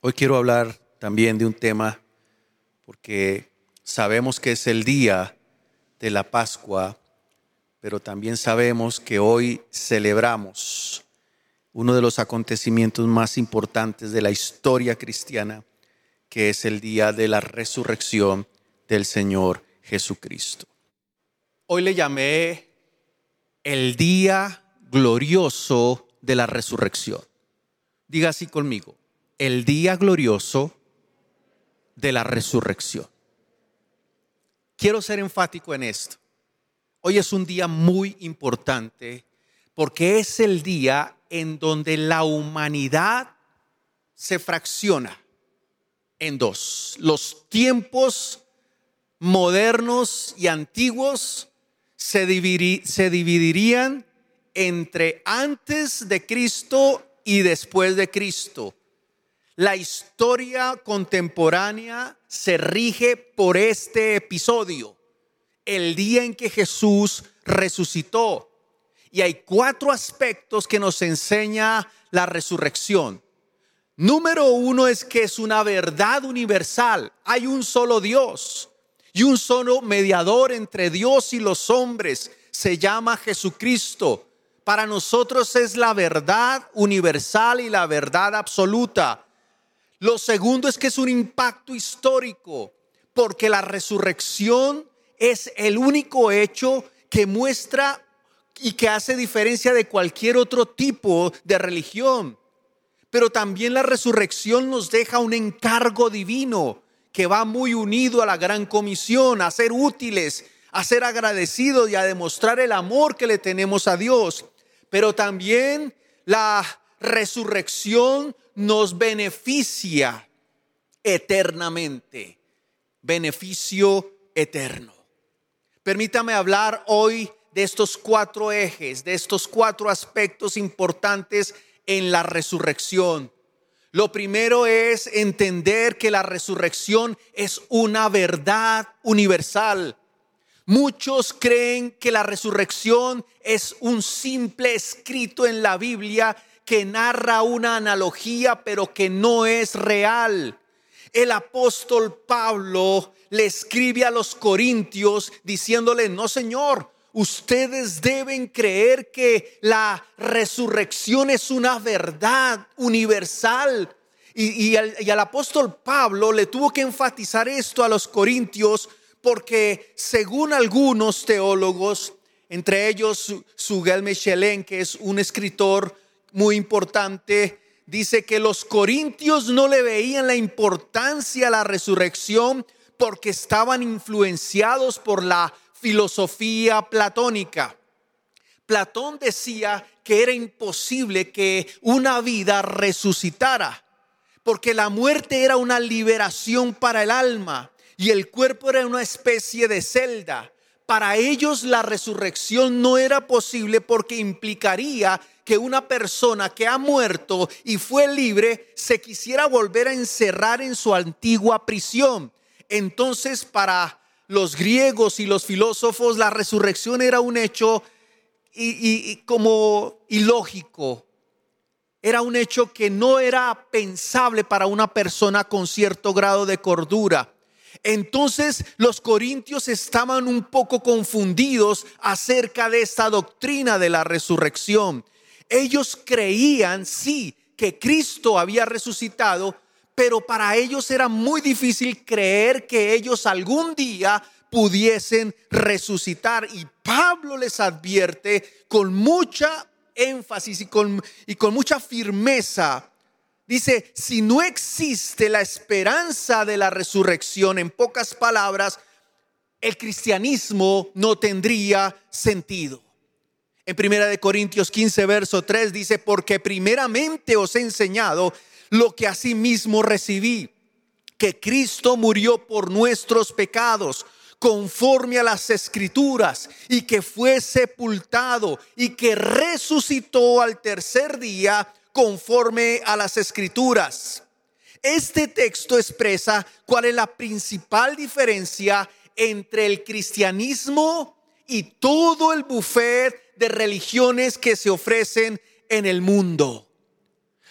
Hoy quiero hablar también de un tema porque sabemos que es el día de la Pascua, pero también sabemos que hoy celebramos uno de los acontecimientos más importantes de la historia cristiana, que es el día de la resurrección del Señor Jesucristo. Hoy le llamé el día glorioso de la resurrección. Diga así conmigo: el día glorioso de la resurrección. Quiero ser enfático en esto. Hoy es un día muy importante porque es el día en donde la humanidad se fracciona en dos. Los tiempos modernos y antiguos se dividirían entre antes de Cristo y después de Cristo. La historia contemporánea se rige por este episodio, el día en que Jesús resucitó. Y hay 4 aspectos que nos enseña la resurrección. Número 1 es que es una verdad universal. Hay un solo Dios y un solo mediador entre Dios y los hombres. Se llama Jesucristo. Para nosotros es la verdad universal y la verdad absoluta. Lo segundo es que es un impacto histórico, porque la resurrección es el único hecho que muestra y que hace diferencia de cualquier otro tipo de religión. Pero también la resurrección nos deja un encargo divino que va muy unido a la gran comisión, a ser útiles, a ser agradecidos y a demostrar el amor que le tenemos a Dios. Pero también la resurrección nos beneficia eternamente. Beneficio eterno. Permítame hablar hoy de estos 4 ejes, de estos 4 aspectos importantes en la resurrección. Lo primero es entender que la resurrección es una verdad universal. Muchos creen que la resurrección es un simple escrito en la Biblia que narra una analogía, pero que no es real. El apóstol Pablo le escribe a los corintios diciéndole: no, Señor, ustedes deben creer que la resurrección es una verdad universal. Y al apóstol Pablo le tuvo que enfatizar esto a los corintios, porque según algunos teólogos, entre ellos Suguel Mechelén, que es un escritor muy importante, dice que los corintios no le veían la importancia a la resurrección porque estaban influenciados por la filosofía platónica. Platón decía que era imposible que una vida resucitara, porque la muerte era una liberación para el alma y el cuerpo era una especie de celda. Para ellos la resurrección no era posible porque implicaría que una persona que ha muerto y fue libre se quisiera volver a encerrar en su antigua prisión. Entonces, para los griegos y los filósofos, la resurrección era un hecho como ilógico. Era un hecho que no era pensable para una persona con cierto grado de cordura. Entonces los corintios estaban un poco confundidos acerca de esta doctrina de la resurrección. Ellos creían, sí, que Cristo había resucitado, pero para ellos era muy difícil creer que ellos algún día pudiesen resucitar. Y Pablo les advierte con mucha énfasis y con mucha firmeza. Dice: si no existe la esperanza de la resurrección, en pocas palabras, el cristianismo no tendría sentido. En 1 Corintios 15, verso 3 dice: porque primeramente os he enseñado lo que asimismo recibí, que Cristo murió por nuestros pecados, conforme a las Escrituras, y que fue sepultado y que resucitó al tercer día, conforme a las Escrituras. Este texto expresa cuál es la principal diferencia entre el cristianismo y todo el buffet de religiones que se ofrecen en el mundo.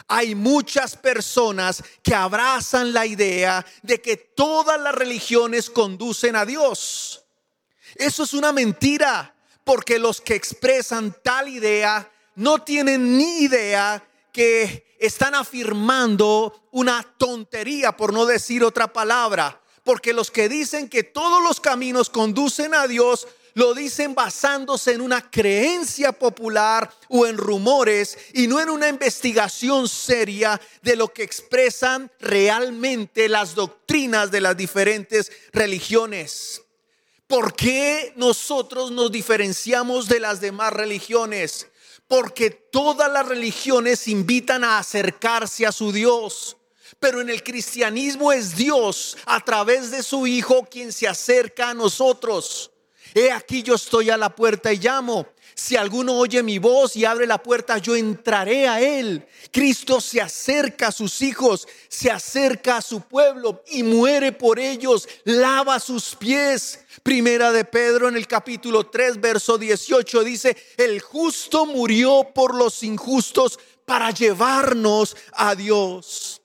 Hay muchas personas que abrazan la idea de que todas las religiones conducen a Dios. Eso es una mentira, porque los que expresan tal idea no tienen ni idea que están afirmando una tontería, por no decir otra palabra. Porque los que dicen que todos los caminos conducen a Dios, lo dicen basándose en una creencia popular o en rumores, y no en una investigación seria de lo que expresan realmente las doctrinas de las diferentes religiones. ¿Por qué nosotros nos diferenciamos de las demás religiones? Porque todas las religiones invitan a acercarse a su Dios. Pero en el cristianismo es Dios a través de su Hijo quien se acerca a nosotros. He aquí, yo estoy a la puerta y llamo. Si alguno oye mi voz y abre la puerta, yo entraré a él. Cristo se acerca a sus hijos, se acerca a su pueblo y muere por ellos, lava sus pies. Primera de Pedro, en el capítulo 3, verso 18, dice: el justo murió por los injustos para llevarnos a Dios.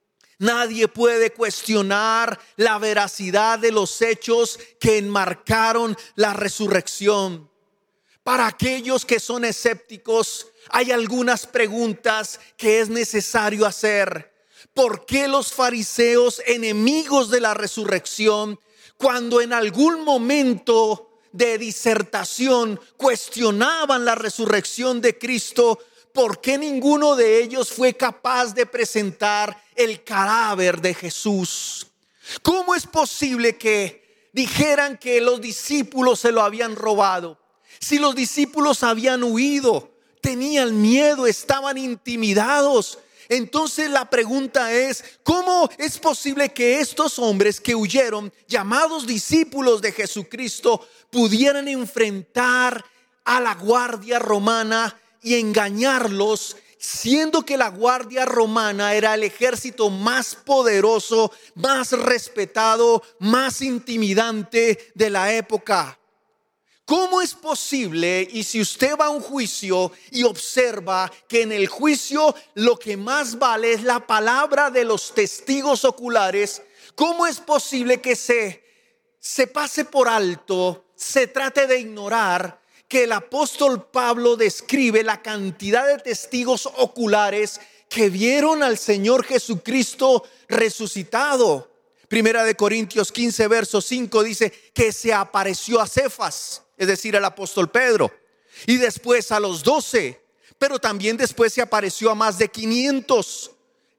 Nadie puede cuestionar la veracidad de los hechos que enmarcaron la resurrección. Para aquellos que son escépticos, hay algunas preguntas que es necesario hacer. ¿Por qué los fariseos, enemigos de la resurrección, cuando en algún momento de disertación cuestionaban la resurrección de Cristo, por qué ninguno de ellos fue capaz de presentar el cadáver de Jesús? ¿Cómo es posible que dijeran que los discípulos se lo habían robado? Si los discípulos habían huido, tenían miedo, estaban intimidados. Entonces la pregunta es: ¿cómo es posible que estos hombres que huyeron, llamados discípulos de Jesucristo, pudieran enfrentar a la guardia romana y engañarlos, siendo que la guardia romana era el ejército más poderoso, más respetado, más intimidante de la época? ¿Cómo es posible? Y si usted va a un juicio y observa que en el juicio lo que más vale es la palabra de los testigos oculares, ¿cómo es posible que se pase por alto, se trate de ignorar que el apóstol Pablo describe la cantidad de testigos oculares que vieron al Señor Jesucristo resucitado? Primera de Corintios 15, verso 5 dice que se apareció a Cefas, es decir, al apóstol Pedro, y después a los 12, pero también después se apareció a más de 500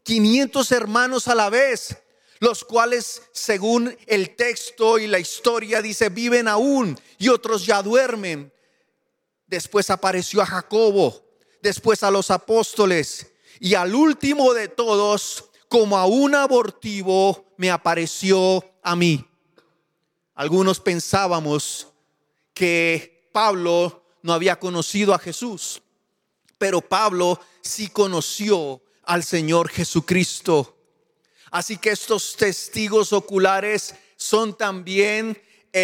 hermanos a la vez, los cuales, según el texto y la historia, dice, viven aún y otros ya duermen. Después apareció a Jacobo, después a los apóstoles, y al último de todos, como a un abortivo, me apareció a mí. Algunos pensábamos que Pablo no había conocido a Jesús, pero Pablo sí conoció al Señor Jesucristo. Así que estos testigos oculares son también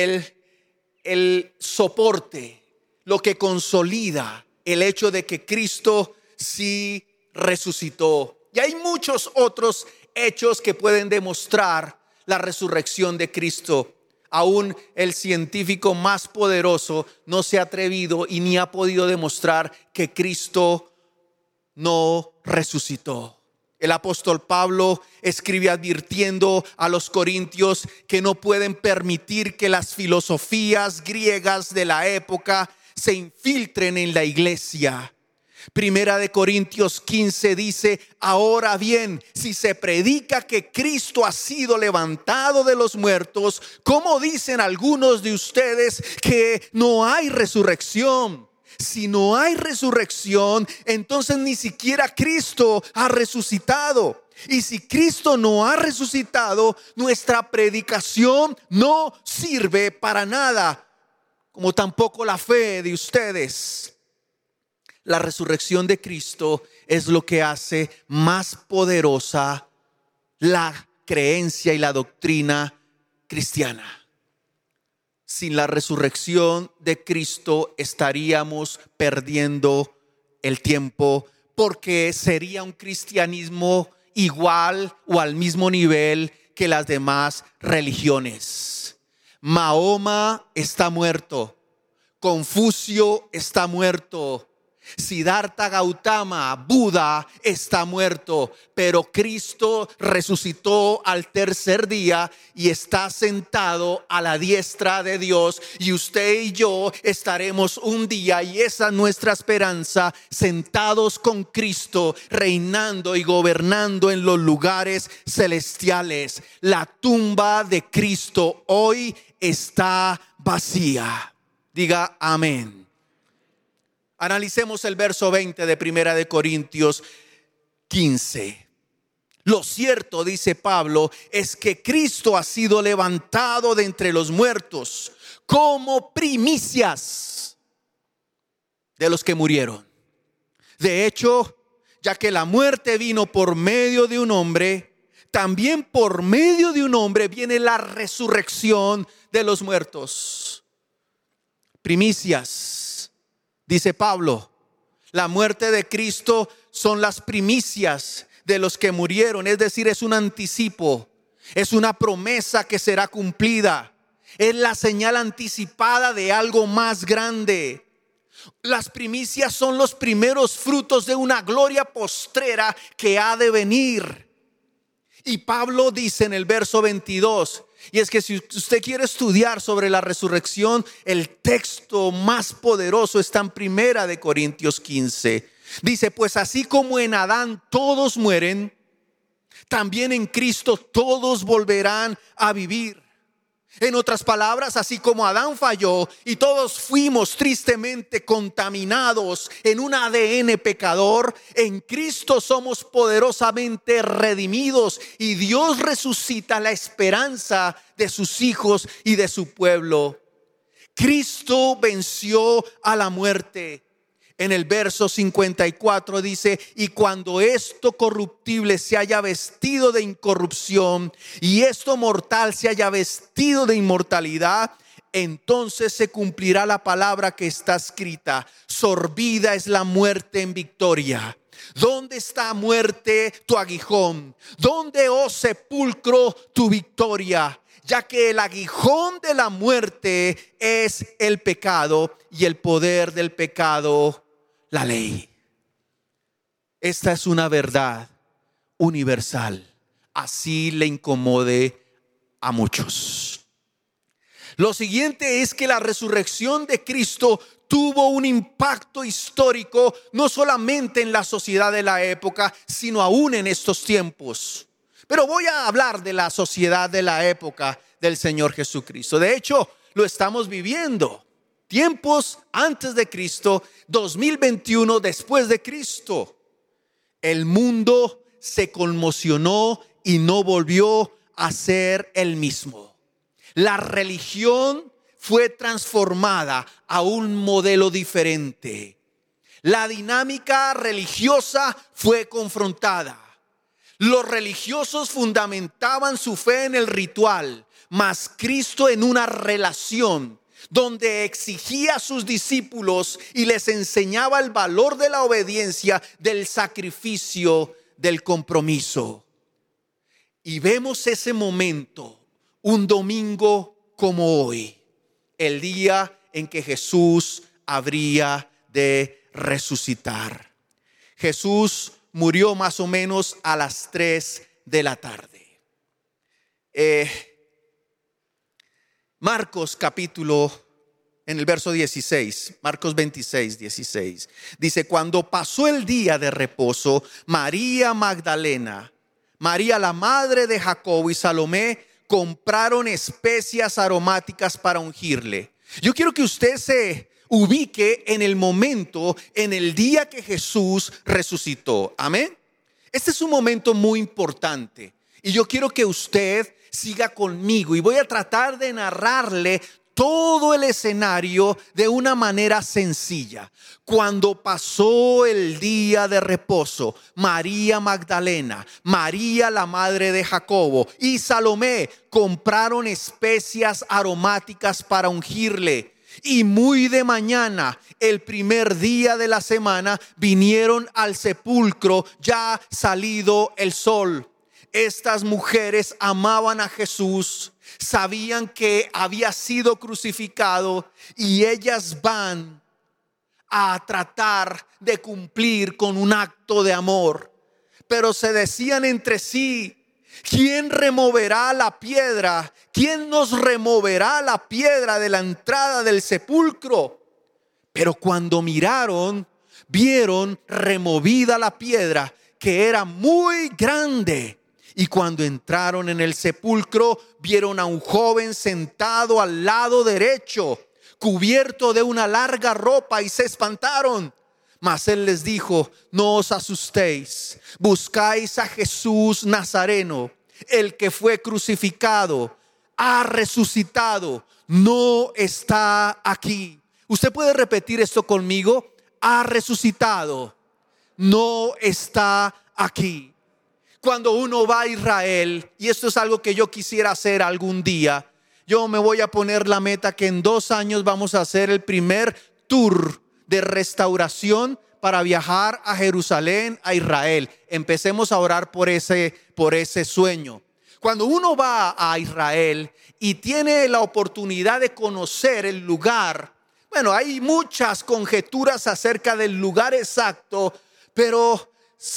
el soporte, lo que consolida el hecho de que Cristo sí resucitó. Y hay muchos otros hechos que pueden demostrar la resurrección de Cristo. Aún el científico más poderoso no se ha atrevido y ni ha podido demostrar que Cristo no resucitó. El apóstol Pablo escribe advirtiendo a los corintios que no pueden permitir que las filosofías griegas de la época se infiltren en la iglesia. Primera de Corintios 15 dice: ahora bien, si se predica que Cristo ha sido levantado de los muertos, ¿cómo dicen algunos de ustedes que no hay resurrección? Si no hay resurrección, entonces ni siquiera Cristo ha resucitado. Y si Cristo no ha resucitado, nuestra predicación no sirve para nada, como tampoco la fe de ustedes. La resurrección de Cristo es lo que hace más poderosa la creencia y la doctrina cristiana. Sin la resurrección de Cristo estaríamos perdiendo el tiempo, porque sería un cristianismo igual o al mismo nivel que las demás religiones. Mahoma está muerto, Confucio está muerto, Siddhartha Gautama, Buda, está muerto, pero Cristo resucitó al tercer día y está sentado a la diestra de Dios, y usted y yo estaremos un día, y esa es nuestra esperanza, sentados con Cristo, reinando y gobernando en los lugares celestiales. La tumba de Cristo hoy está vacía. Diga amén. Analicemos el verso 20 de Primera de Corintios 15. Lo cierto, dice Pablo, es que Cristo ha sido levantado de entre los muertos como primicias de los que murieron. De hecho, ya que la muerte vino por medio de un hombre, también por medio de un hombre viene la resurrección de los muertos. Primicias. Dice Pablo, la muerte de Cristo son las primicias de los que murieron, es decir, es un anticipo, es una promesa que será cumplida, es la señal anticipada de algo más grande. Las primicias son los primeros frutos de una gloria postrera que ha de venir. Y Pablo dice en el verso 22, y es que si usted quiere estudiar sobre la resurrección, el texto más poderoso está en Primera de Corintios 15. Dice, pues así como en Adán todos mueren, también en Cristo todos volverán a vivir. En otras palabras, así como Adán falló y todos fuimos tristemente contaminados en un ADN pecador, en Cristo somos poderosamente redimidos y Dios resucita la esperanza de sus hijos y de su pueblo. Cristo venció a la muerte. En el verso 54 dice, y cuando esto corruptible se haya vestido de incorrupción y esto mortal se haya vestido de inmortalidad, entonces se cumplirá la palabra que está escrita: sorbida es la muerte en victoria. ¿Dónde está, muerte, tu aguijón? ¿Dónde, oh sepulcro, tu victoria? Ya que el aguijón de la muerte es el pecado, y el poder del pecado la ley. Esta es una verdad universal, así le incomode a muchos. Lo siguiente es que la resurrección de Cristo tuvo un impacto histórico, no solamente en la sociedad de la época, sino aún en estos tiempos. Pero voy a hablar de la sociedad de la época del Señor Jesucristo. De hecho, lo estamos viviendo. Tiempos antes de Cristo, 2021 después de Cristo. El mundo se conmocionó y no volvió a ser el mismo. La religión fue transformada a un modelo diferente. La dinámica religiosa fue confrontada. Los religiosos fundamentaban su fe en el ritual, mas Cristo en una relación, donde exigía a sus discípulos y les enseñaba el valor de la obediencia, del sacrificio, del compromiso. Y vemos ese momento un domingo como hoy, el día en que Jesús habría de resucitar. Jesús murió más o menos a las 3 de la tarde. Marcos capítulo, en el verso 16, Marcos 26, 16, dice: cuando pasó el día de reposo, María Magdalena, María la madre de Jacobo y Salomé compraron especias aromáticas para ungirle. Yo quiero que usted se ubique en el momento, en el día que Jesús resucitó. Amén. Este es un momento muy importante y yo quiero que usted siga conmigo y voy a tratar de narrarle todo el escenario de una manera sencilla. Cuando pasó el día de reposo, María Magdalena, María la madre de Jacobo y Salomé compraron especias aromáticas para ungirle. Y muy de mañana, el primer día de la semana, vinieron al sepulcro ya salido el sol. Estas mujeres amaban a Jesús, sabían que había sido crucificado y ellas van a tratar de cumplir con un acto de amor. Pero se decían entre sí: ¿quién removerá la piedra? ¿Quién nos removerá la piedra de la entrada del sepulcro? Pero cuando miraron, vieron removida la piedra, que era muy grande. Y cuando entraron en el sepulcro, vieron a un joven sentado al lado derecho, cubierto de una larga ropa, y se espantaron. Mas él les dijo: no os asustéis, buscáis a Jesús Nazareno, el que fue crucificado, ha resucitado, no está aquí. Usted puede repetir esto conmigo: ha resucitado, no está aquí. Cuando uno va a Israel, y esto es algo que yo quisiera hacer algún día, yo me voy a poner la meta que en 2 años vamos a hacer el primer tour de restauración para viajar a Jerusalén, a Israel. Empecemos a orar por ese sueño. Cuando uno va a Israel y tiene la oportunidad de conocer el lugar, bueno, hay muchas conjeturas acerca del lugar exacto, pero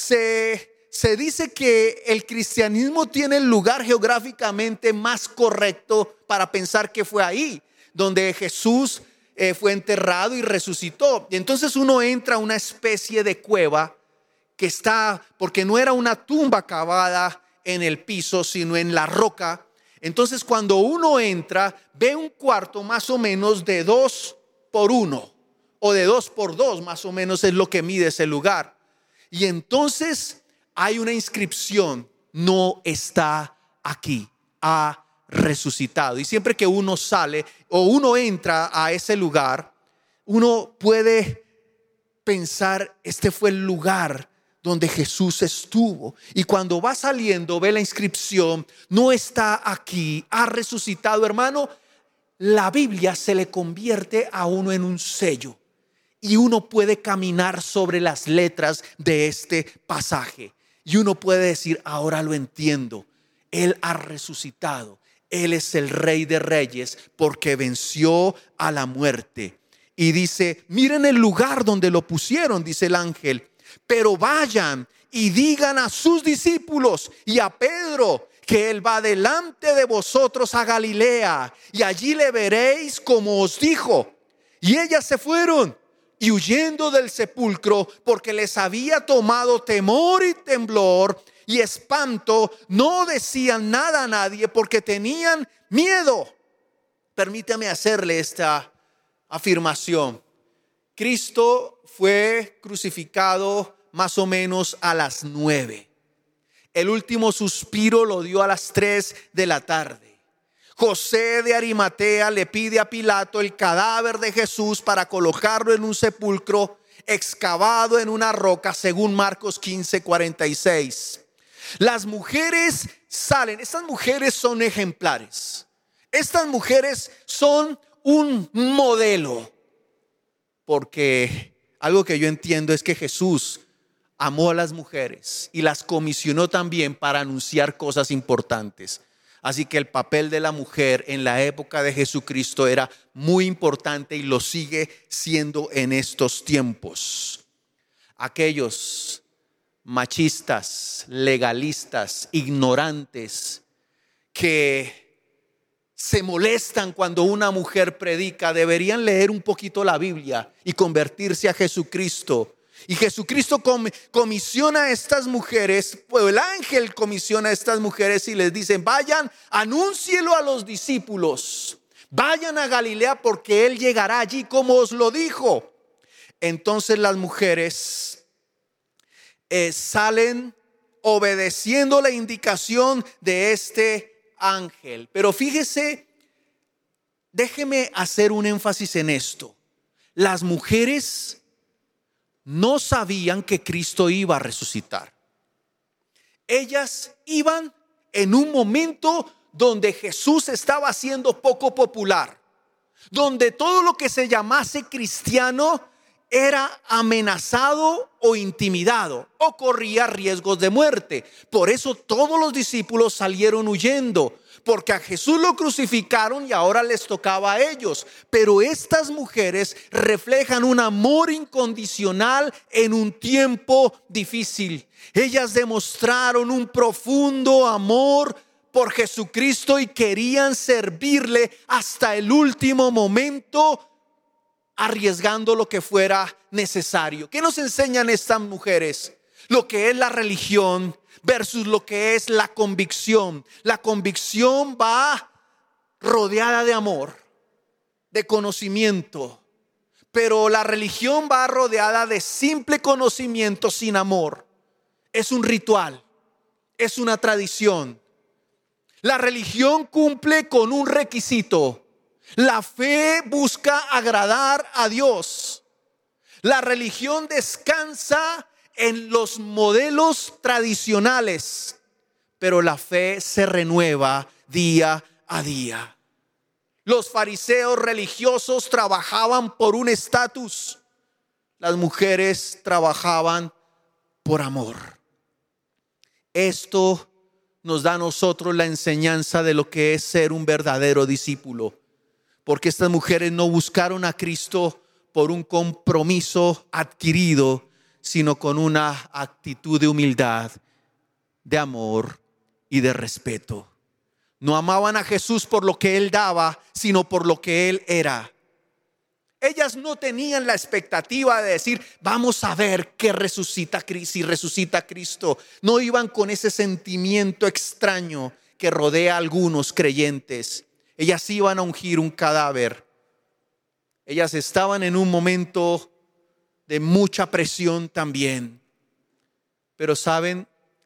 se dice que el cristianismo tiene el lugar geográficamente más correcto para pensar que fue ahí donde Jesús fue enterrado y resucitó. Y entonces uno entra a una especie de cueva que está, porque no era una tumba cavada en el piso, sino en la roca. Entonces cuando uno entra, ve un cuarto más o menos de 2 por 1 o de 2 por 2, más o menos es lo que mide ese lugar. Y entonces hay una inscripción: no está aquí, ha resucitado. Y siempre que uno sale o uno entra a ese lugar, uno puede pensar: este fue el lugar donde Jesús estuvo. Y cuando va saliendo, ve la inscripción: no está aquí, ha resucitado. Hermano, la Biblia se le convierte a uno en un sello, y uno puede caminar sobre las letras de este pasaje. Y uno puede decir: ahora lo entiendo. Él ha resucitado. Él es el Rey de Reyes, porque venció a la muerte. Y dice: miren el lugar donde lo pusieron, dice el ángel. Pero vayan y digan a sus discípulos y a Pedro que él va delante de vosotros a Galilea, y allí le veréis como os dijo. Y ellas se fueron, y huyendo del sepulcro, porque les había tomado temor y temblor y espanto, no decían nada a nadie, porque tenían miedo. Permítame hacerle esta afirmación. Cristo fue crucificado más o menos a las 9. El último suspiro lo dio a las 3 de la tarde. José de Arimatea le pide a Pilato el cadáver de Jesús para colocarlo en un sepulcro excavado en una roca, según Marcos 15:46. Las mujeres salen. Estas mujeres son ejemplares. Estas mujeres son un modelo, porque algo que yo entiendo es que Jesús amó a las mujeres y las comisionó también para anunciar cosas importantes. Así que el papel de la mujer en la época de Jesucristo era muy importante y lo sigue siendo en estos tiempos. Aquellos machistas, legalistas, ignorantes que se molestan cuando una mujer predica, deberían leer un poquito la Biblia y convertirse a Jesucristo. Y Jesucristo comisiona a estas mujeres, pues el ángel comisiona a estas mujeres y les dice: vayan, anúncielo a los discípulos, vayan a Galilea, porque él llegará allí como os lo dijo. Entonces las mujeres salen obedeciendo la indicación de este ángel. Pero fíjese, déjeme hacer un énfasis en esto. Las mujeres no sabían que Cristo iba a resucitar. Ellas iban en un momento donde Jesús estaba siendo poco popular, donde todo lo que se llamase cristiano era amenazado o intimidado o corría riesgos de muerte. Por eso todos los discípulos salieron huyendo, porque a Jesús lo crucificaron y ahora les tocaba a ellos. Pero estas mujeres reflejan un amor incondicional en un tiempo difícil. Ellas demostraron un profundo amor por Jesucristo y querían servirle hasta el último momento, arriesgando lo que fuera necesario. ¿Qué nos enseñan estas mujeres? Lo que es la religión versus lo que es la convicción. La convicción va rodeada de amor, de conocimiento, pero la religión va rodeada de simple conocimiento sin amor. Es un ritual, es una tradición. La religión cumple con un requisito. La fe busca agradar a Dios. La religión descansa en los modelos tradicionales, pero la fe se renueva día a día. Los fariseos religiosos trabajaban por un estatus. Las mujeres trabajaban por amor. Esto nos da a nosotros la enseñanza de lo que es ser un verdadero discípulo. Porque estas mujeres no buscaron a Cristo por un compromiso adquirido, sino con una actitud de humildad, de amor y de respeto. No amaban a Jesús por lo que Él daba, sino por lo que Él era. Ellas no tenían la expectativa de decir, vamos a ver qué resucita, si resucita Cristo. No iban con ese sentimiento extraño que rodea a algunos creyentes. Ellas iban a ungir un cadáver. Ellas estaban en un momento de mucha presión también. Pero saben,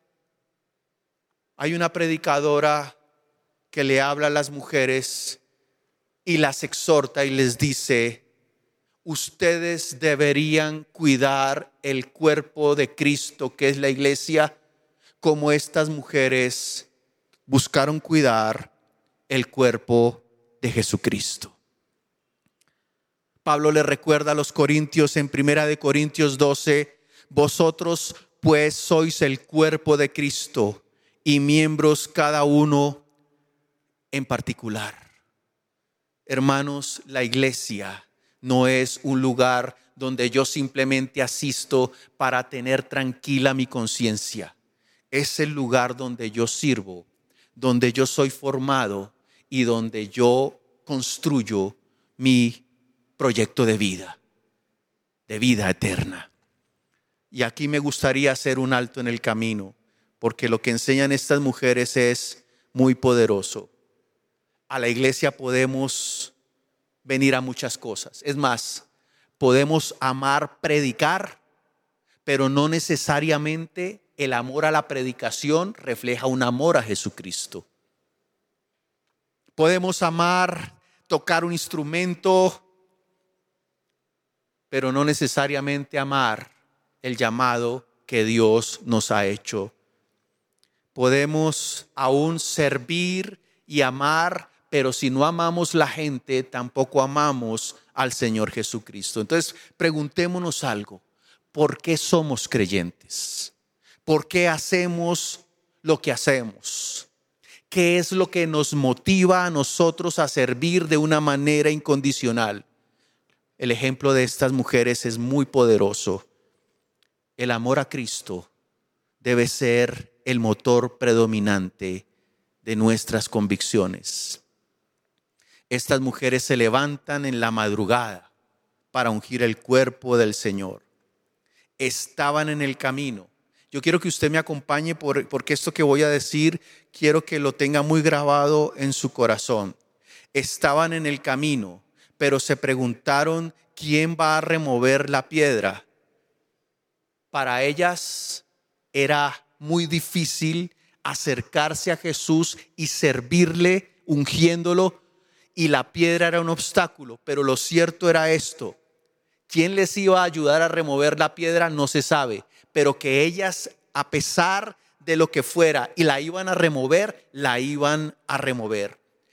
hay una predicadora que le habla a las mujeres y las exhorta y les dice: ustedes deberían cuidar el cuerpo de Cristo, que es la iglesia, como estas mujeres buscaron cuidar el cuerpo de Jesucristo. Pablo le recuerda a los corintios en 1 Corintios 12: vosotros pues sois el cuerpo de Cristo y miembros cada uno en particular. Hermanos, la iglesia no es un lugar donde yo simplemente asisto para tener tranquila mi conciencia. Es el lugar donde yo sirvo, donde yo soy formado y donde yo construyo mi proyecto de vida eterna. Y aquí me gustaría hacer un alto en el camino, porque lo que enseñan estas mujeres es muy poderoso. A la iglesia podemos venir a muchas cosas. Es más, podemos amar predicar, pero no necesariamente el amor a la predicación refleja un amor a Jesucristo. Podemos amar tocar un instrumento, pero no necesariamente amar el llamado que Dios nos ha hecho. Podemos aún servir y amar, pero si no amamos la gente, tampoco amamos al Señor Jesucristo. Entonces, preguntémonos algo. ¿Por qué somos creyentes? ¿Por qué hacemos lo que hacemos? ¿Qué es lo que nos motiva a nosotros a servir de una manera incondicional? El ejemplo de estas mujeres es muy poderoso. El amor a Cristo debe ser el motor predominante de nuestras convicciones. Estas mujeres se levantan en la madrugada para ungir el cuerpo del Señor. Estaban en el camino. Yo quiero que usted me acompañe porque esto que voy a decir quiero que lo tenga muy grabado en su corazón. Estaban en el camino, pero se preguntaron: ¿quién va a remover la piedra? Para ellas era muy difícil acercarse a Jesús y servirle ungiéndolo, y la piedra era un obstáculo. Pero lo cierto era esto: ¿quién les iba a ayudar a remover la piedra? No se sabe, pero que ellas, a pesar de lo que fuera, y la iban a remover, la iban a remover.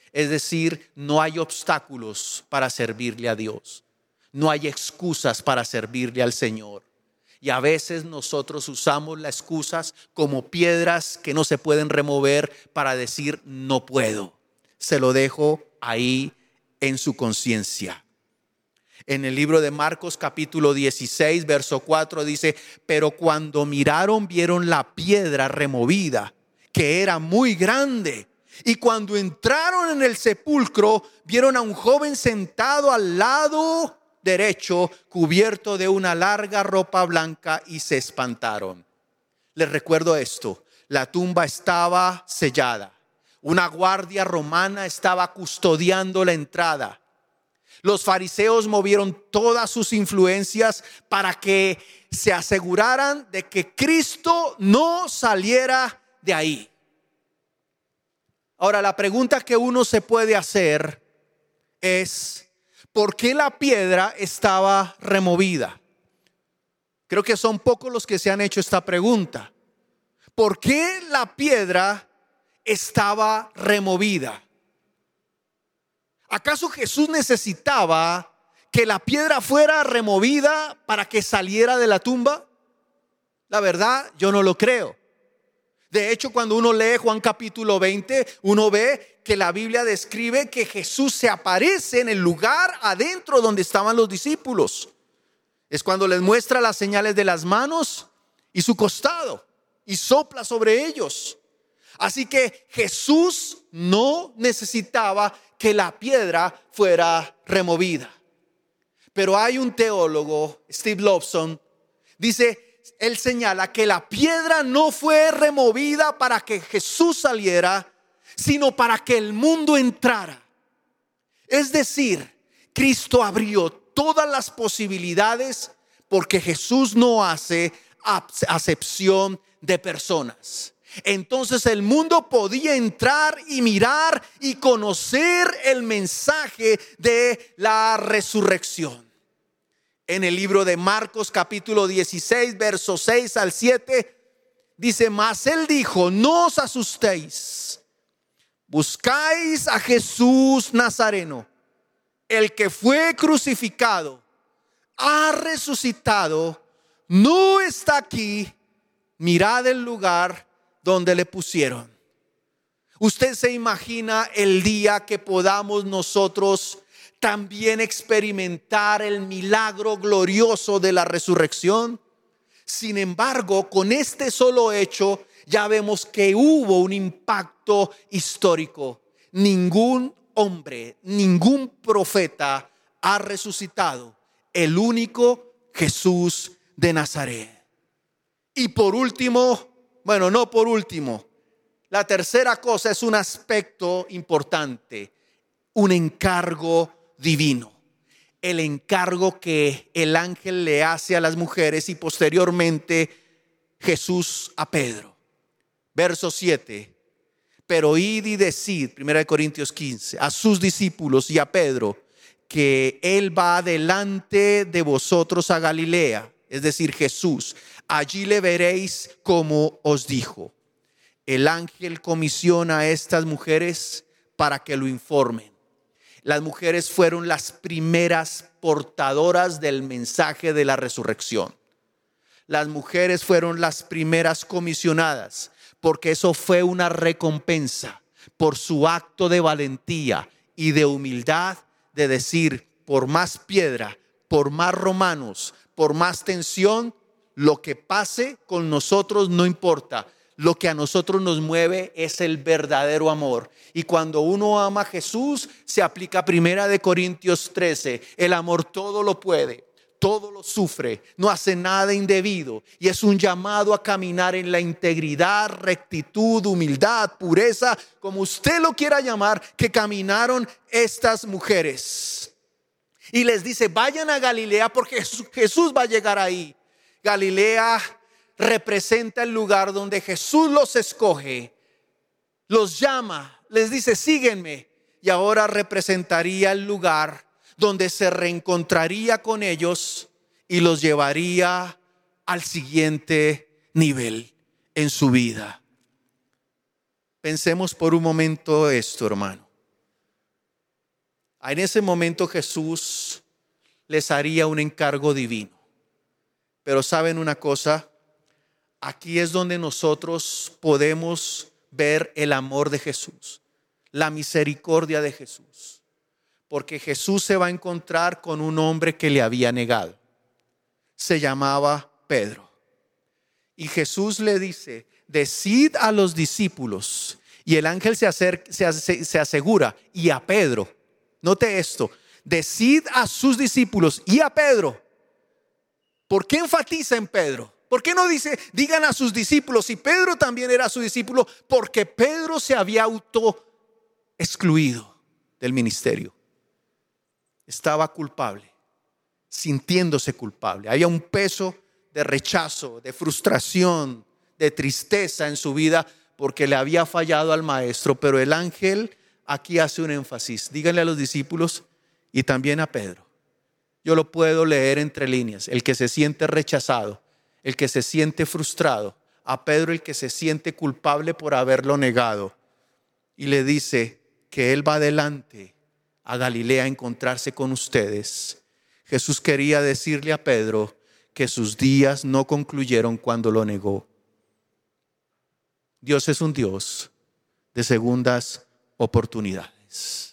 Es decir, no hay obstáculos para servirle a Dios. No hay excusas para servirle al Señor. Y a veces nosotros usamos las excusas como piedras que no se pueden remover para decir no puedo. Se lo dejo ahí en su conciencia. En el libro de Marcos capítulo 16 verso 4 dice: pero cuando miraron vieron la piedra removida, que era muy grande. Y cuando entraron en el sepulcro vieron a un joven sentado al lado derecho, cubierto de una larga ropa blanca, y se espantaron. Les recuerdo esto: la tumba estaba sellada. Una guardia romana estaba custodiando la entrada. Los fariseos movieron todas sus influencias para que se aseguraran de que Cristo no saliera de ahí. Ahora, la pregunta que uno se puede hacer es: ¿por qué la piedra estaba removida? Creo que son pocos los que se han hecho esta pregunta. ¿Por qué la piedra estaba removida? ¿Acaso Jesús necesitaba que la piedra fuera removida para que saliera de la tumba? La verdad, yo no lo creo. De hecho, cuando uno lee Juan capítulo 20, uno ve que la Biblia describe que Jesús se aparece en el lugar adentro donde estaban los discípulos. Es cuando les muestra las señales de las manos y su costado y sopla sobre ellos. Así que Jesús no necesitaba que la piedra fuera removida. Pero hay un teólogo, Steve Lobson, él señala que la piedra no fue removida para que Jesús saliera, sino para que el mundo entrara. Es decir, Cristo abrió todas las posibilidades, porque Jesús no hace acepción de personas. Entonces el mundo podía entrar y mirar y conocer el mensaje de la resurrección. En el libro de Marcos capítulo 16 versos 6 al 7 dice: mas él dijo: no os asustéis, buscáis a Jesús Nazareno, el que fue crucificado, ha resucitado, no está aquí, mirad el lugar donde le pusieron. ¿Usted se imagina el día que podamos nosotros también experimentar el milagro glorioso de la resurrección? Sin embargo, con este solo hecho ya vemos que hubo un impacto histórico. Ningún hombre, ningún profeta ha resucitado, el único Jesús de Nazaret. Y por último, no por último, la tercera cosa es un aspecto importante: un encargo divino. El encargo que el ángel le hace a las mujeres y posteriormente Jesús a Pedro. Verso 7: pero id y decid, 1 Corintios 15, a sus discípulos y a Pedro, que él va delante de vosotros a Galilea, es decir, Jesús. Allí le veréis como os dijo. El ángel comisiona a estas mujeres para que lo informen. Las mujeres fueron las primeras portadoras del mensaje de la resurrección. Las mujeres fueron las primeras comisionadas, porque eso fue una recompensa por su acto de valentía y de humildad de decir: por más piedra, por más romanos, por más tensión, lo que pase con nosotros no importa. Lo que a nosotros nos mueve es el verdadero amor. Y cuando uno ama a Jesús, se aplica 1 Corintios 13. El amor todo lo puede, todo lo sufre, no hace nada indebido. Y es un llamado a caminar en la integridad, rectitud, humildad, pureza, como usted lo quiera llamar, que caminaron estas mujeres. Y les dice: vayan a Galilea, porque Jesús va a llegar ahí. Galilea representa el lugar donde Jesús los escoge, los llama, les dice: síguenme. Y ahora representaría el lugar donde se reencontraría con ellos y los llevaría al siguiente nivel en su vida. Pensemos por un momento esto, hermano. En ese momento Jesús les haría un encargo divino. Pero ¿saben una cosa? Aquí es donde nosotros podemos ver el amor de Jesús, la misericordia de Jesús. Porque Jesús se va a encontrar con un hombre que le había negado. Se llamaba Pedro. Y Jesús le dice: decid a los discípulos. Y el ángel se asegura, y a Pedro. Note esto: decid a sus discípulos y a Pedro. ¿Por qué enfatiza en Pedro? ¿Por qué no dice digan a sus discípulos? Si Pedro también era su discípulo, porque Pedro se había auto excluido del ministerio. Estaba culpable, sintiéndose culpable. Había un peso de rechazo, de frustración, de tristeza en su vida porque le había fallado al maestro. Pero el ángel aquí hace un énfasis: díganle a los discípulos y también a Pedro. Yo lo puedo leer entre líneas: el que se siente rechazado, el que se siente frustrado; a Pedro, el que se siente culpable por haberlo negado. Y le dice que él va adelante a Galilea a encontrarse con ustedes. Jesús quería decirle a Pedro que sus días no concluyeron cuando lo negó. Dios es un Dios de segundas oportunidades.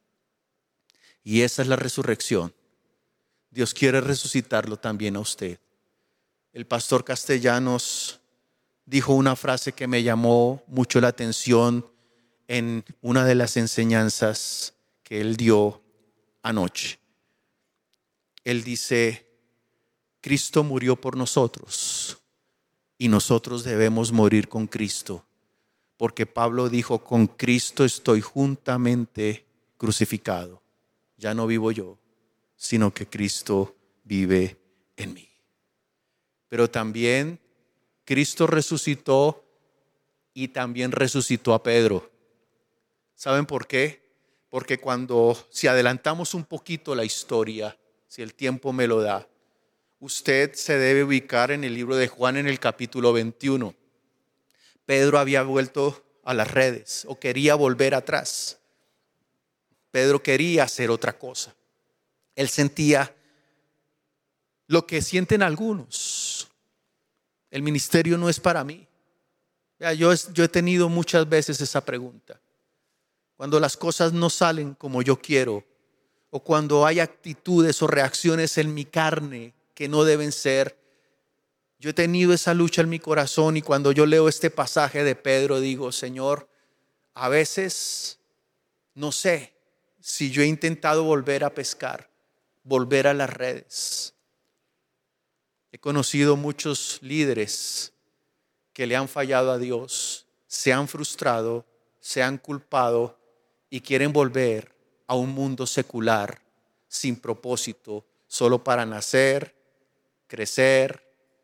Y esa es la resurrección. Dios quiere resucitarlo también a usted. El pastor Castellanos dijo una frase que me llamó mucho la atención en una de las enseñanzas que él dio anoche. Él dice: Cristo murió por nosotros y nosotros debemos morir con Cristo, porque Pablo dijo: con Cristo estoy juntamente crucificado. Ya no vivo yo, sino que Cristo vive en mí. Pero también Cristo resucitó y también resucitó a Pedro. ¿Saben por qué? Porque si adelantamos un poquito la historia, si el tiempo me lo da, usted se debe ubicar en el libro de Juan en el capítulo 21. Pedro había vuelto a las redes o quería volver atrás. Pedro quería hacer otra cosa. Él sentía lo que sienten algunos: el ministerio no es para mí. Yo he tenido muchas veces esa pregunta. Cuando las cosas no salen como yo quiero, o cuando hay actitudes o reacciones en mi carne que no deben ser, yo he tenido esa lucha en mi corazón. Y cuando yo leo este pasaje de Pedro, digo: Señor, a veces no sé si yo he intentado volver a pescar, volver a las redes. He conocido muchos líderes que le han fallado a Dios, se han frustrado, se han culpado y quieren volver a un mundo secular, sin propósito, solo para nacer, crecer,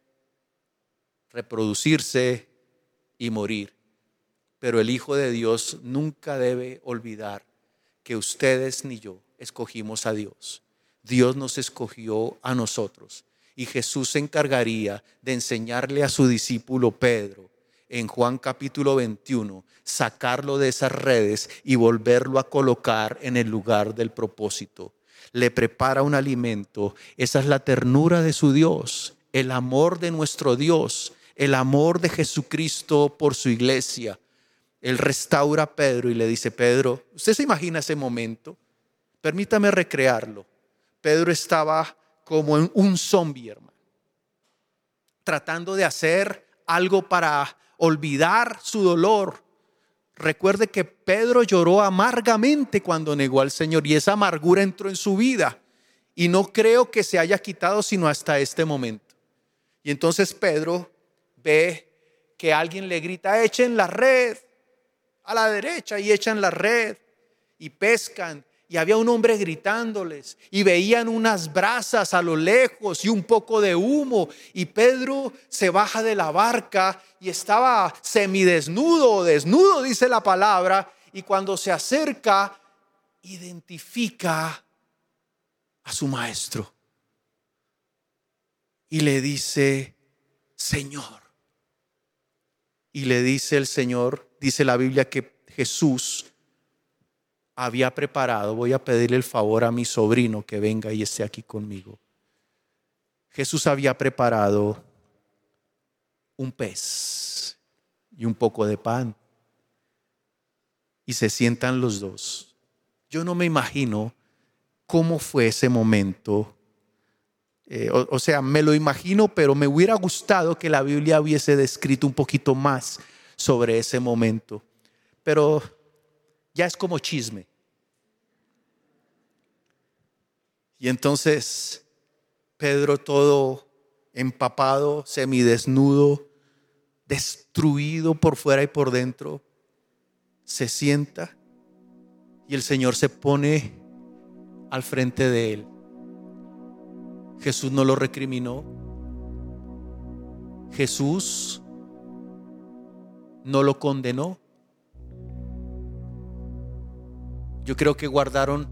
reproducirse y morir. Pero el Hijo de Dios nunca debe olvidar que ustedes ni yo escogimos a Dios. Dios nos escogió a nosotros. Y Jesús se encargaría de enseñarle a su discípulo Pedro en Juan capítulo 21, sacarlo de esas redes y volverlo a colocar en el lugar del propósito. Le prepara un alimento. Esa es la ternura de su Dios, el amor de nuestro Dios, el amor de Jesucristo por su iglesia. Él restaura a Pedro y le dice: Pedro, ¿usted se imagina ese momento? Permítame recrearlo. Pedro estaba como en un zombie, hermano, tratando de hacer algo para olvidar su dolor. Recuerde que Pedro lloró amargamente cuando negó al Señor, y esa amargura entró en su vida y no creo que se haya quitado sino hasta este momento. Y entonces Pedro ve que alguien le grita: echen la red a la derecha, y echan la red y pescan. Y había un hombre gritándoles y veían unas brasas a lo lejos y un poco de humo. Y Pedro se baja de la barca y estaba semidesnudo, desnudo dice la palabra. Y cuando se acerca, identifica a su maestro y le dice: Señor. Y le dice el Señor, dice la Biblia, que Jesús había preparado, voy a pedirle el favor a mi sobrino que venga y esté aquí conmigo. Jesús había preparado un pez y un poco de pan. Y se sientan los dos. Yo no me imagino cómo fue ese momento. O sea, me lo imagino, pero me hubiera gustado que la Biblia hubiese descrito un poquito más sobre ese momento. Pero ya es como chisme. Y entonces Pedro, todo empapado, semidesnudo, destruido por fuera y por dentro, se sienta y el Señor se pone al frente de él. Jesús no lo recriminó. Jesús no lo condenó. Yo creo que guardaron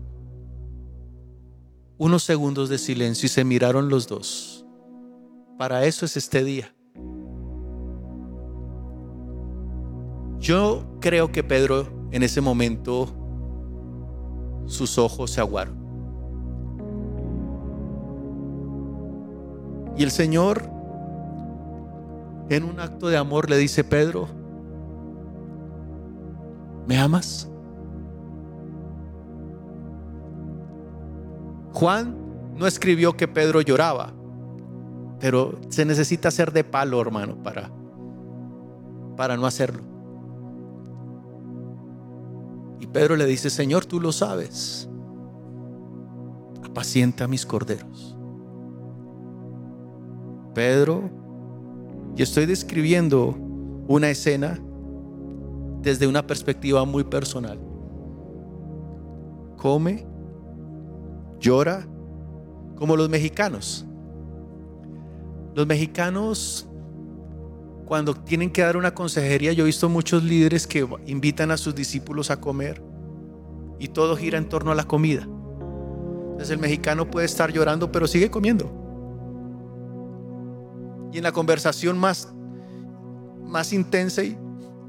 unos segundos de silencio y se miraron los dos. Para eso es este día. Yo creo que Pedro en ese momento sus ojos se aguaron. Y el Señor, en un acto de amor, le dice: Pedro, ¿me amas? Juan no escribió que Pedro lloraba, pero se necesita ser de palo, hermano, para no hacerlo. Y Pedro le dice: Señor, tú lo sabes, apacienta mis corderos. Pedro, y estoy describiendo una escena desde una perspectiva muy personal. Come, llora, como los mexicanos. Los mexicanos, cuando tienen que dar una consejería, yo he visto muchos líderes que invitan a sus discípulos a comer y todo gira en torno a la comida. Entonces el mexicano puede estar llorando, pero sigue comiendo. Y en la conversación más intensa y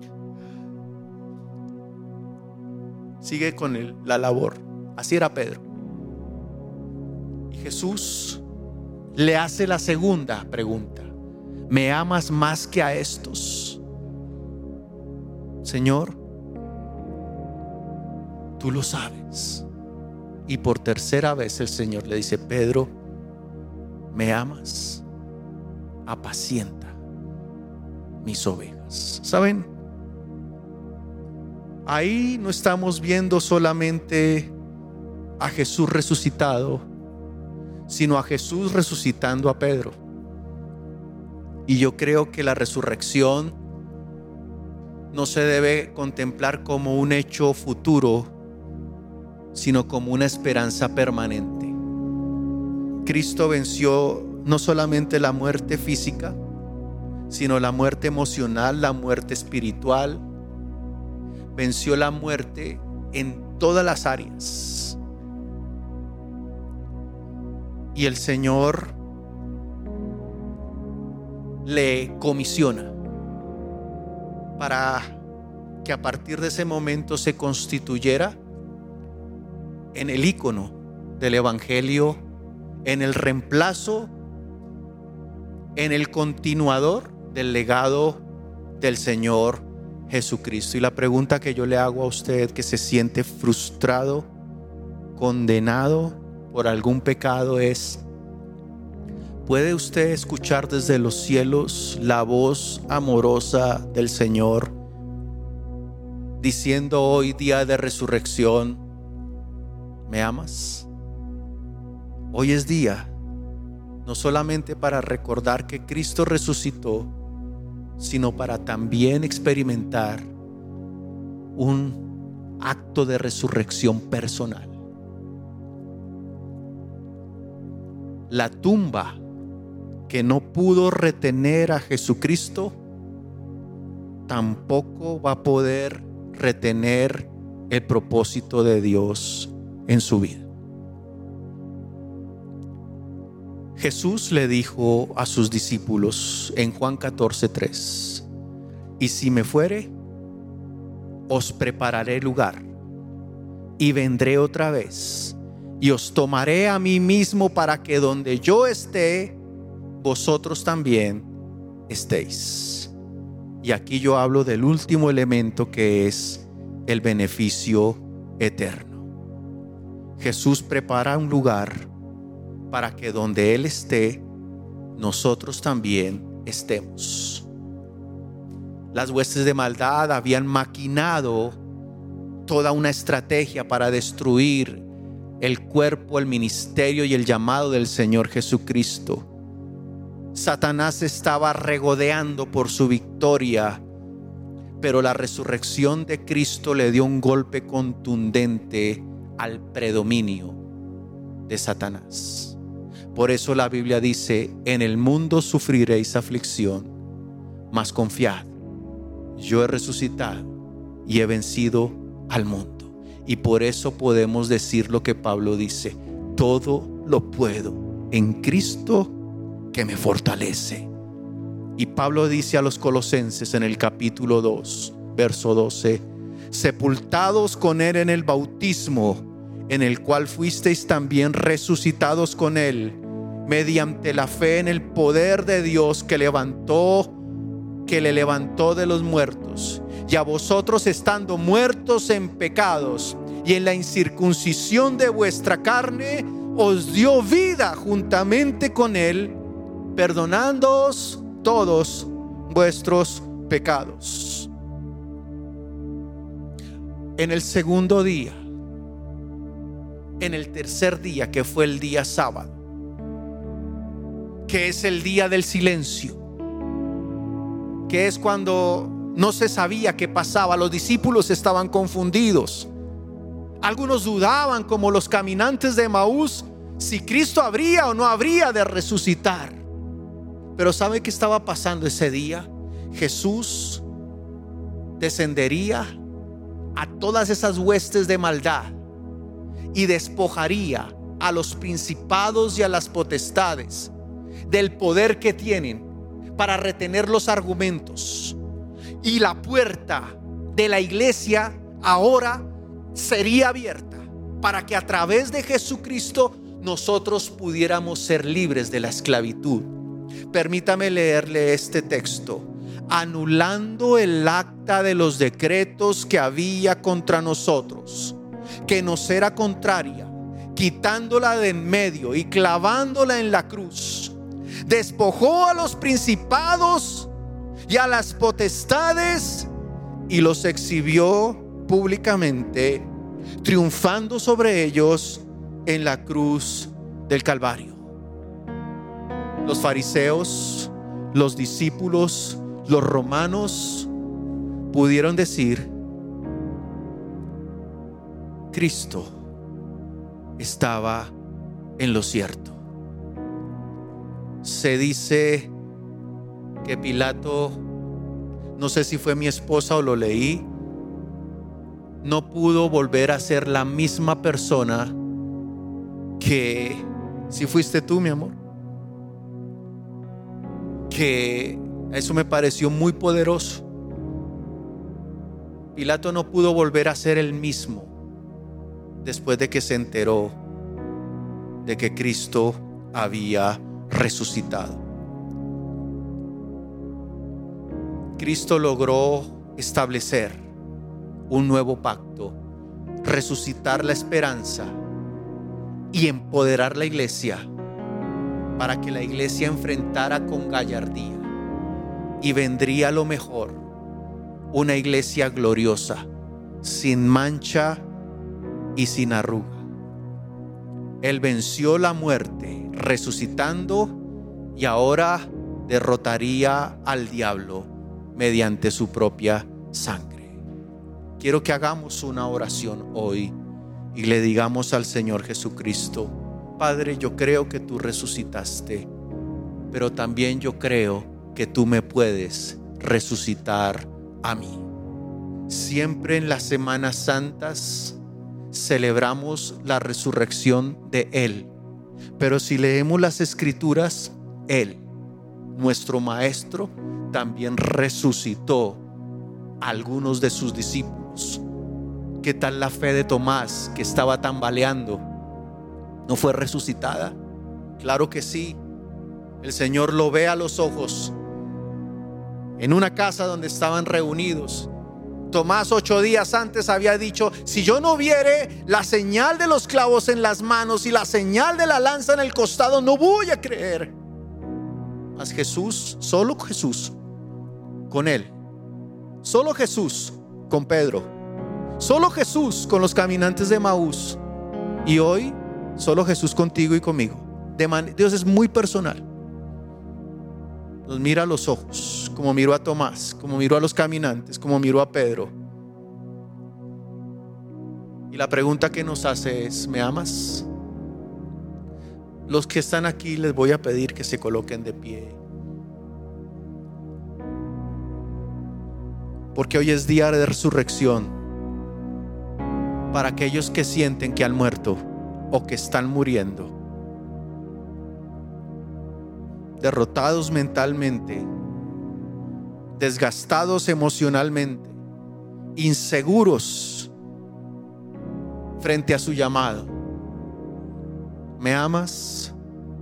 sigue con la labor. Así era Pedro. Y Jesús le hace la segunda pregunta: ¿me amas más que a estos? Señor, tú lo sabes. Y por tercera vez el Señor le dice: Pedro, ¿me amas? Apacienta mis ovejas. ¿Saben? Ahí no estamos viendo solamente a Jesús resucitado, sino a Jesús resucitando a Pedro. Y yo creo que la resurrección no se debe contemplar como un hecho futuro, sino como una esperanza permanente. Cristo venció no solamente la muerte física, sino la muerte emocional, la muerte espiritual. Venció la muerte en todas las áreas. Y el Señor le comisiona para que a partir de ese momento se constituyera en el ícono del Evangelio, en el reemplazo, en el continuador del legado del Señor Jesucristo. Y la pregunta que yo le hago a usted que se siente frustrado, condenado por algún pecado es: ¿puede usted escuchar desde los cielos la voz amorosa del Señor diciendo hoy, día de resurrección: ¿me amas? Hoy es día no solamente para recordar que Cristo resucitó, sino para también experimentar un acto de resurrección personal. La tumba que no pudo retener a Jesucristo tampoco va a poder retener el propósito de Dios en su vida. Jesús le dijo a sus discípulos en Juan 14:3: y si me fuere, os prepararé lugar, y vendré otra vez y os tomaré a mí mismo, para que donde yo esté, vosotros también estéis. Y aquí yo hablo del último elemento, que es el beneficio eterno. Jesús prepara un lugar para que donde Él esté, nosotros también estemos. Las huestes de maldad habían maquinado toda una estrategia para destruir el cuerpo, el ministerio y el llamado del Señor Jesucristo. Satanás estaba regodeando por su victoria, pero la resurrección de Cristo le dio un golpe contundente al predominio de Satanás. Por eso la Biblia dice: en el mundo sufriréis aflicción, mas confiad, yo he resucitado y he vencido al mundo. Y por eso podemos decir lo que Pablo dice: todo lo puedo en Cristo que me fortalece. Y Pablo dice a los Colosenses en el capítulo 2, verso 12: sepultados con Él en el bautismo, en el cual fuisteis también resucitados con Él, mediante la fe en el poder de Dios que le levantó de los muertos. Y a vosotros, estando muertos en pecados y en la incircuncisión de vuestra carne, os dio vida juntamente con Él, perdonándoos todos vuestros pecados. En el segundo día, en el tercer día, que fue el día sábado, que es el día del silencio, que es cuando no se sabía qué pasaba, los discípulos estaban confundidos. Algunos dudaban, como los caminantes de Emaús, si Cristo habría o no habría de resucitar. Pero ¿sabe qué estaba pasando ese día? Jesús descendería a todas esas huestes de maldad y despojaría a los principados y a las potestades del poder que tienen para retener los argumentos. Y la puerta de la iglesia ahora sería abierta para que a través de Jesucristo nosotros pudiéramos ser libres de la esclavitud. Permítame leerle este texto: anulando el acta de los decretos que había contra nosotros, que nos era contraria, quitándola de en medio y clavándola en la cruz, despojó a los principados y a las potestades y los exhibió públicamente, triunfando sobre ellos en la cruz del Calvario. Los fariseos, los discípulos, los romanos pudieron decir: Cristo estaba en lo cierto. Se dice que Pilato, no sé si fue mi esposa o lo leí, no pudo volver a ser la misma persona que, si fuiste tú, mi amor, que eso me pareció muy poderoso. Pilato no pudo volver a ser el mismo después de que se enteró de que Cristo había resucitado. Cristo logró establecer un nuevo pacto, resucitar la esperanza y empoderar la iglesia para que la iglesia enfrentara con gallardía. Y vendría lo mejor, una iglesia gloriosa, sin mancha y sin arruga. Él venció la muerte resucitando y ahora derrotaría al diablo mediante su propia sangre. Quiero que hagamos una oración hoy y le digamos al Señor Jesucristo: Padre, yo creo que tú resucitaste, pero también yo creo que tú me puedes resucitar a mí. Siempre en las Semanas Santas celebramos la resurrección de Él, pero si leemos las Escrituras, Él, nuestro Maestro, también resucitó a algunos de sus discípulos. ¿Qué tal la fe de Tomás, que estaba tambaleando? ¿No fue resucitada? Claro que sí. El Señor lo ve a los ojos en una casa donde estaban reunidos. Tomás 8 días antes había dicho: si yo no viere la señal de los clavos en las manos y la señal de la lanza en el costado, no voy a creer. Mas Jesús, solo Jesús con él, solo Jesús con Pedro, solo Jesús con los caminantes de Emaús, y hoy solo Jesús contigo y conmigo. Dios es muy personal. Nos mira a los ojos, como miró a Tomás, como miró a los caminantes, como miró a Pedro. Y la pregunta que nos hace es: ¿me amas? Los que están aquí les voy a pedir que se coloquen de pie, porque hoy es día de resurrección para aquellos que sienten que han muerto o que están muriendo, derrotados mentalmente, desgastados emocionalmente, inseguros frente a su llamado. ¿Me amas?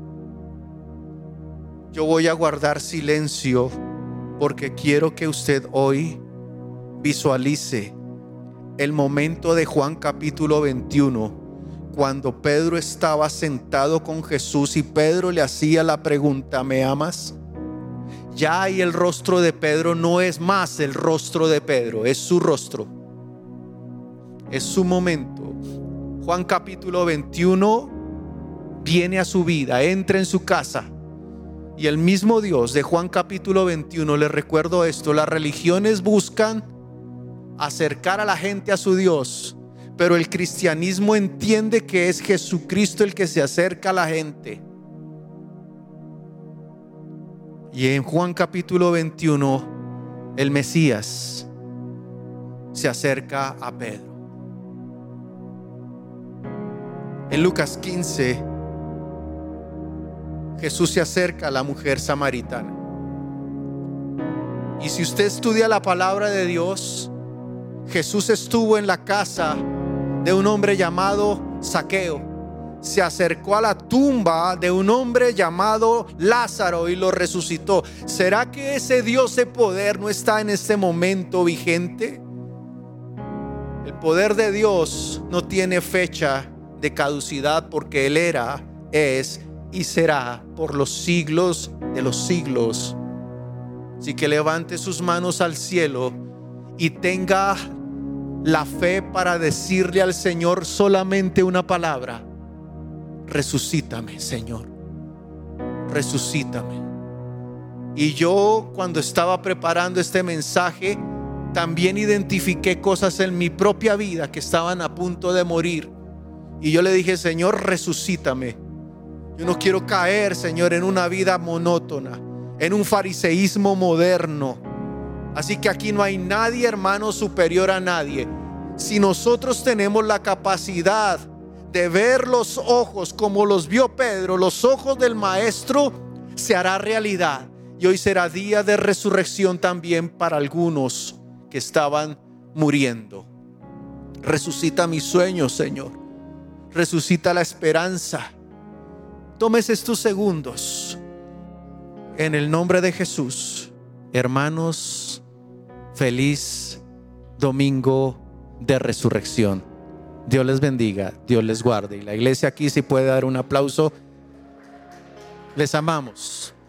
Yo voy a guardar silencio porque quiero que usted hoy visualice el momento de Juan capítulo 21, cuando Pedro estaba sentado con Jesús y Pedro le hacía la pregunta: ¿me amas? Ya ahí el rostro de Pedro no es más el rostro de Pedro, es su rostro, es su momento. Juan capítulo 21 viene a su vida, entra en su casa, y el mismo Dios de Juan capítulo 21, les recuerdo esto: las religiones buscan acercar a la gente a su Dios, pero el cristianismo entiende que es Jesucristo el que se acerca a la gente. Y en Juan capítulo 21, el Mesías se acerca a Pedro. En Lucas 15, Jesús se acerca a la mujer samaritana. Y si usted estudia la palabra de Dios, Jesús estuvo en la casa de un hombre llamado Zaqueo. Se acercó a la tumba de un hombre llamado Lázaro y lo resucitó. ¿Será que ese Dios de poder no está en este momento vigente? El poder de Dios no tiene fecha de caducidad, porque Él era, es y será por los siglos de los siglos. Así que levante sus manos al cielo y tenga la fe para decirle al Señor solamente una palabra: resucítame, Señor, resucítame. Y yo, cuando estaba preparando este mensaje, también identifiqué cosas en mi propia vida que estaban a punto de morir, y yo le dije: Señor, resucítame. Yo no quiero caer, Señor, en una vida monótona, en un fariseísmo moderno. Así que aquí no hay nadie, hermano, superior a nadie. Si nosotros tenemos la capacidad de ver los ojos como los vio Pedro, los ojos del Maestro, se hará realidad. Y hoy será día de resurrección también para algunos que estaban muriendo. Resucita mis sueños, Señor. Resucita la esperanza. Tómese estos segundos en el nombre de Jesús. Hermanos, feliz domingo de resurrección. Dios les bendiga, Dios les guarde. Y la iglesia aquí, si puede dar un aplauso. Les amamos.